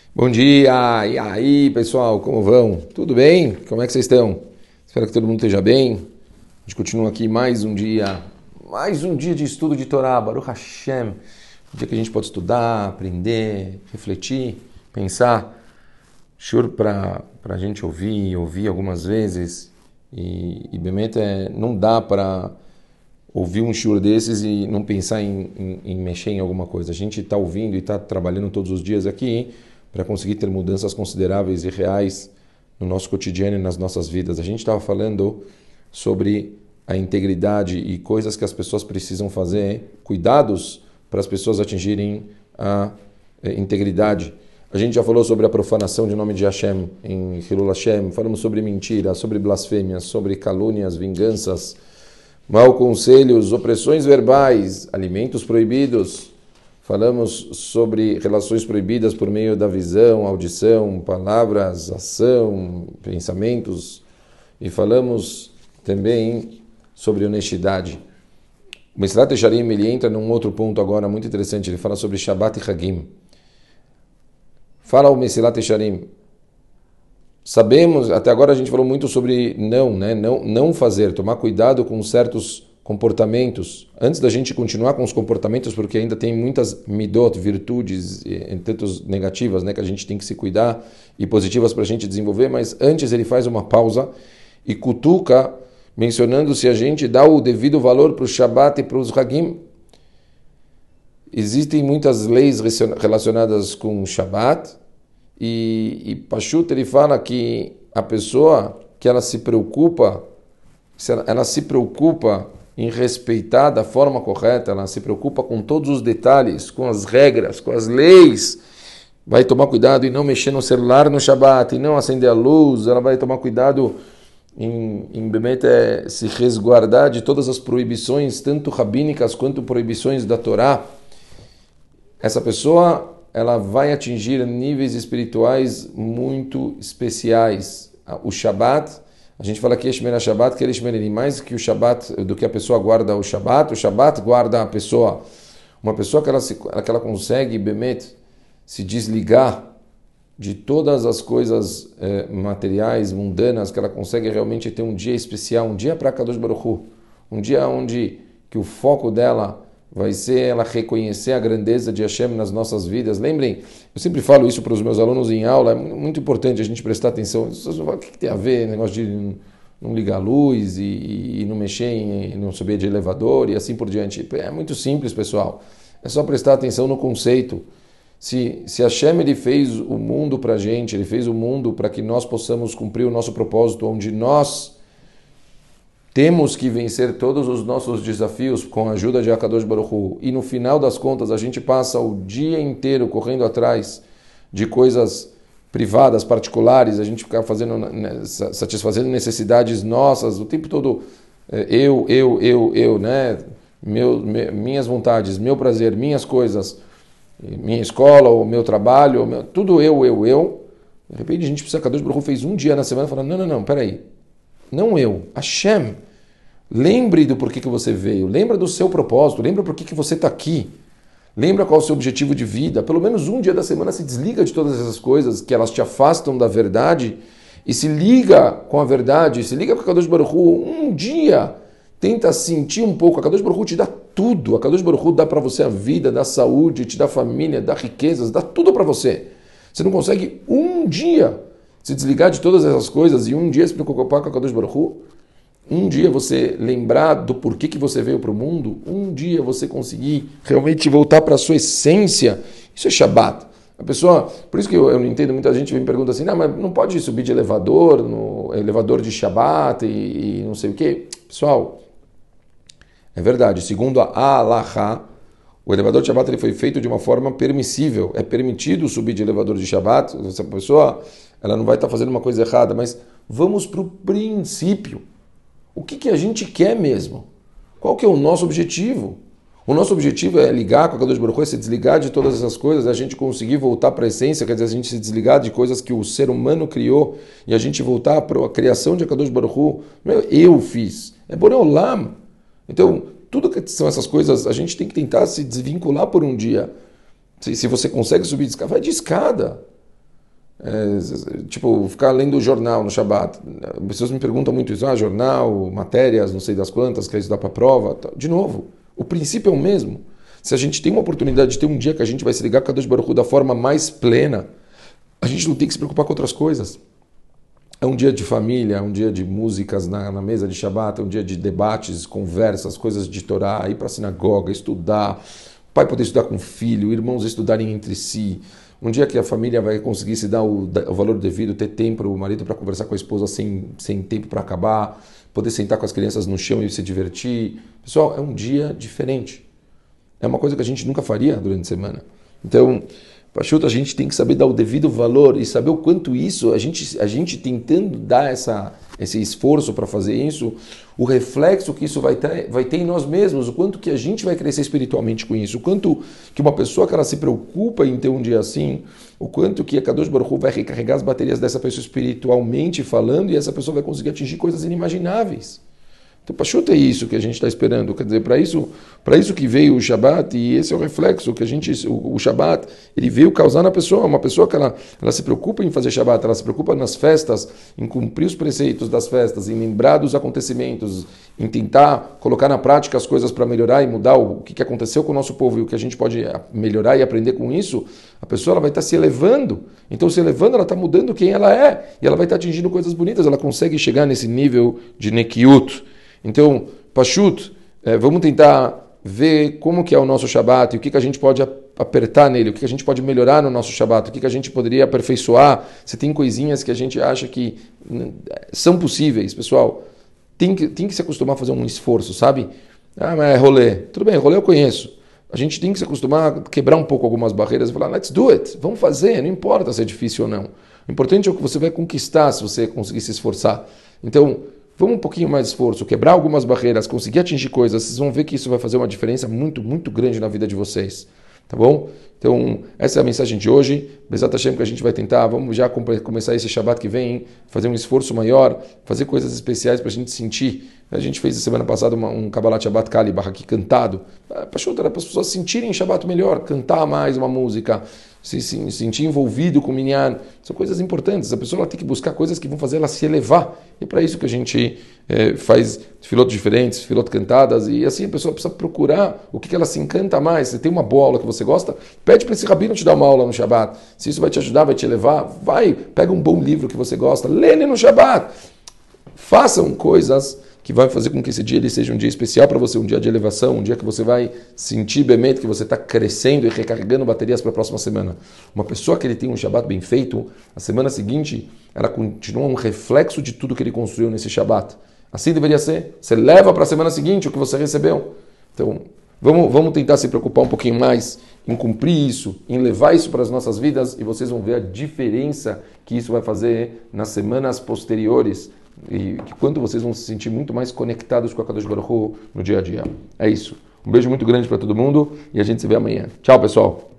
Bom dia! E aí, pessoal, como vão? Tudo bem? Como é que vocês estão? Espero que todo mundo esteja bem. A gente continua aqui mais um dia de estudo de Torá, Baruch Hashem. Um dia que a gente pode estudar, aprender, refletir, pensar. Shur para a gente ouvir algumas vezes. E Bemet, não dá para ouvir um shur desses e não pensar em mexer em alguma coisa. A gente está ouvindo e está trabalhando todos os dias aqui para conseguir ter mudanças consideráveis e reais no nosso cotidiano e nas nossas vidas. A gente estava falando sobre a integridade e coisas que as pessoas precisam fazer, cuidados para as pessoas atingirem a integridade. A gente já falou sobre a profanação de nome de Hashem em Hilul Hashem, falamos sobre mentira, sobre blasfêmias, sobre calúnias, vinganças, mau conselhos, opressões verbais, alimentos proibidos. Falamos sobre relações proibidas por meio da visão, audição, palavras, ação, pensamentos. E falamos também sobre honestidade. O Mesilat Yesharim, ele entra num outro ponto agora muito interessante. Ele fala sobre Shabbat e Hagim. Fala o Mesilat Yesharim. Sabemos, até agora a gente falou muito sobre não fazer, tomar cuidado com certos comportamentos. Antes da gente continuar com os comportamentos, porque ainda tem muitas midot, virtudes, tantos negativas, que a gente tem que se cuidar, e positivas para a gente desenvolver, mas antes ele faz uma pausa e cutuca, mencionando se a gente dá o devido valor para o Shabbat e para os Hagim. Existem muitas leis relacionadas com o Shabbat, e Pashut ele fala que a pessoa que ela se preocupa em respeitar da forma correta, ela se preocupa com todos os detalhes, com as regras, com as leis, vai tomar cuidado em não mexer no celular no Shabbat, em não acender a luz, ela vai tomar cuidado em se resguardar de todas as proibições, tanto rabínicas quanto proibições da Torá. Essa pessoa ela vai atingir níveis espirituais muito especiais. O Shabbat, a gente fala que Yeshmer Shabbat, que ele mais que o Shabbat, do que a pessoa guarda o Shabbat guarda a pessoa. Uma pessoa que ela consegue, Bemet, se desligar de todas as coisas materiais, mundanas, que ela consegue realmente ter um dia especial, um dia para Kadosh Baruch Hu, um dia onde que o foco dela vai ser ela reconhecer a grandeza de Hashem nas nossas vidas. Lembrem, eu sempre falo isso para os meus alunos em aula, é muito importante a gente prestar atenção. O que tem a ver, negócio de não ligar a luz e não mexer, não subir de elevador e assim por diante. É muito simples, pessoal. É só prestar atenção no conceito. Se Hashem ele fez o mundo para a gente, ele fez o mundo para que nós possamos cumprir o nosso propósito, onde nós temos que vencer todos os nossos desafios com a ajuda de Akadosh Baruch Hu. E no final das contas, a gente passa o dia inteiro correndo atrás de coisas privadas, particulares, a gente fica satisfazendo necessidades nossas, o tempo todo eu, minhas vontades, meu prazer, minhas coisas, minha escola, o meu trabalho, tudo eu. De repente a gente precisa, Akadosh Baruch Hu fez um dia na semana falando, não, peraí. Não eu, Hashem. Lembre do porquê que você veio, lembra do seu propósito, lembra por que você está aqui, lembra qual é o seu objetivo de vida. Pelo menos um dia da semana se desliga de todas essas coisas que elas te afastam da verdade e se liga com a verdade, se liga com a Kadosh Baruch Hu. Um dia tenta sentir um pouco, a Kadosh Baruch Hu te dá tudo, a Kadosh Baruch Hu dá para você a vida, dá saúde, te dá família, dá riquezas, dá tudo para você. Você não consegue um dia se desligar de todas essas coisas e um dia se preocupar com a Kadosh Baruch Hu, um dia você lembrar do porquê que você veio para o mundo, um dia você conseguir realmente voltar para a sua essência, isso é Shabbat. A pessoa, por isso que eu não entendo, muita gente me pergunta assim, mas não pode subir de elevador, no elevador de Shabbat e não sei o quê. Pessoal, é verdade, segundo a Halachá, o elevador de Shabbat ele foi feito de uma forma permissível, é permitido subir de elevador de Shabbat, essa pessoa ela não vai estar fazendo uma coisa errada, mas vamos para o princípio. O que a gente quer mesmo? Qual que é o nosso objetivo? O nosso objetivo é ligar com a Kadosh Baruch Hu, é se desligar de todas essas coisas, a gente conseguir voltar para a essência, quer dizer, a gente se desligar de coisas que o ser humano criou e a gente voltar para a criação de Kadosh Baruch Hu. Eu fiz. É Borei Olam. Então, tudo que são essas coisas, a gente tem que tentar se desvincular por um dia. Se você consegue subir de escada, vai de escada. Tipo, ficar lendo o jornal no Shabat. As pessoas me perguntam muito isso, jornal, matérias, não sei das quantas, quer estudar para a prova. De novo, o princípio é o mesmo. Se a gente tem uma oportunidade de ter um dia que a gente vai se ligar com a Kadosh Baruch Hu da forma mais plena, a gente não tem que se preocupar com outras coisas. É um dia de família, é um dia de músicas na mesa de Shabat, é um dia de debates, conversas, coisas de Torá, ir para a sinagoga, estudar, pai poder estudar com o filho, irmãos estudarem entre si. Um dia que a família vai conseguir se dar o valor devido, ter tempo, o marido para conversar com a esposa sem tempo para acabar, poder sentar com as crianças no chão e se divertir. Pessoal, é um dia diferente. É uma coisa que a gente nunca faria durante a semana. Então, Pachuta, a gente tem que saber dar o devido valor e saber o quanto isso, a gente tentando dar esse esforço para fazer isso, o reflexo que isso vai ter em nós mesmos, o quanto que a gente vai crescer espiritualmente com isso, o quanto que uma pessoa que ela se preocupa em ter um dia assim, o quanto que a Kadosh Baruch Hu vai recarregar as baterias dessa pessoa espiritualmente falando e essa pessoa vai conseguir atingir coisas inimagináveis. Então, Pachuta é isso que a gente está esperando. Quer dizer, para isso que veio o Shabat, e esse é o reflexo que o Shabat, ele veio causar na pessoa. Uma pessoa que ela se preocupa em fazer Shabat, ela se preocupa nas festas, em cumprir os preceitos das festas, em lembrar dos acontecimentos, em tentar colocar na prática as coisas para melhorar e mudar o que aconteceu com o nosso povo e o que a gente pode melhorar e aprender com isso. A pessoa ela vai estar se elevando. Então, se elevando, ela está mudando quem ela é. E ela vai estar atingindo coisas bonitas. Ela consegue chegar nesse nível de Nekiut. Então, Pashut, vamos tentar ver como que é o nosso Shabat, e o que a gente pode apertar nele, o que a gente pode melhorar no nosso Shabat, o que a gente poderia aperfeiçoar. Se tem coisinhas que a gente acha que são possíveis, pessoal, tem que se acostumar a fazer um esforço, sabe? Mas é rolê. Tudo bem, rolê eu conheço. A gente tem que se acostumar a quebrar um pouco algumas barreiras e falar, let's do it, vamos fazer, não importa se é difícil ou não. O importante é o que você vai conquistar se você conseguir se esforçar. Então, vamos um pouquinho mais de esforço, quebrar algumas barreiras, conseguir atingir coisas, vocês vão ver que isso vai fazer uma diferença muito, muito grande na vida de vocês. Tá bom? Então, essa é a mensagem de hoje. Bezat Hashem que a gente vai tentar, vamos já começar esse Shabat que vem, fazer um esforço maior, fazer coisas especiais para a gente sentir. A gente fez a semana passada um Kabbalat Shabbat Kali, aqui cantado, para as pessoas sentirem Shabat melhor, cantar mais uma música, se sentir envolvido com o Minyan. São coisas importantes. A pessoa ela tem que buscar coisas que vão fazer ela se elevar. E é para isso que a gente faz filotes diferentes, filotes cantadas, e assim a pessoa precisa procurar o que ela se encanta mais. Você tem uma boa aula que você gosta, pede para esse rabino te dar uma aula no Shabat. Se isso vai te ajudar, vai te elevar, pega um bom livro que você gosta, lê no Shabat. Façam coisas que vai fazer com que esse dia ele seja um dia especial para você, um dia de elevação, um dia que você vai sentir bemet, que você está crescendo e recarregando baterias para a próxima semana. Uma pessoa que ele tem um Shabat bem feito, a semana seguinte, ela continua um reflexo de tudo que ele construiu nesse Shabat. Assim deveria ser. Você leva para a semana seguinte o que você recebeu. Então, vamos tentar se preocupar um pouquinho mais em cumprir isso, em levar isso para as nossas vidas, e vocês vão ver a diferença que isso vai fazer nas semanas posteriores, e que quanto vocês vão se sentir muito mais conectados com a Kadosh Baruch Hu no dia a dia. É isso. Um beijo muito grande para todo mundo e a gente se vê amanhã. Tchau, pessoal!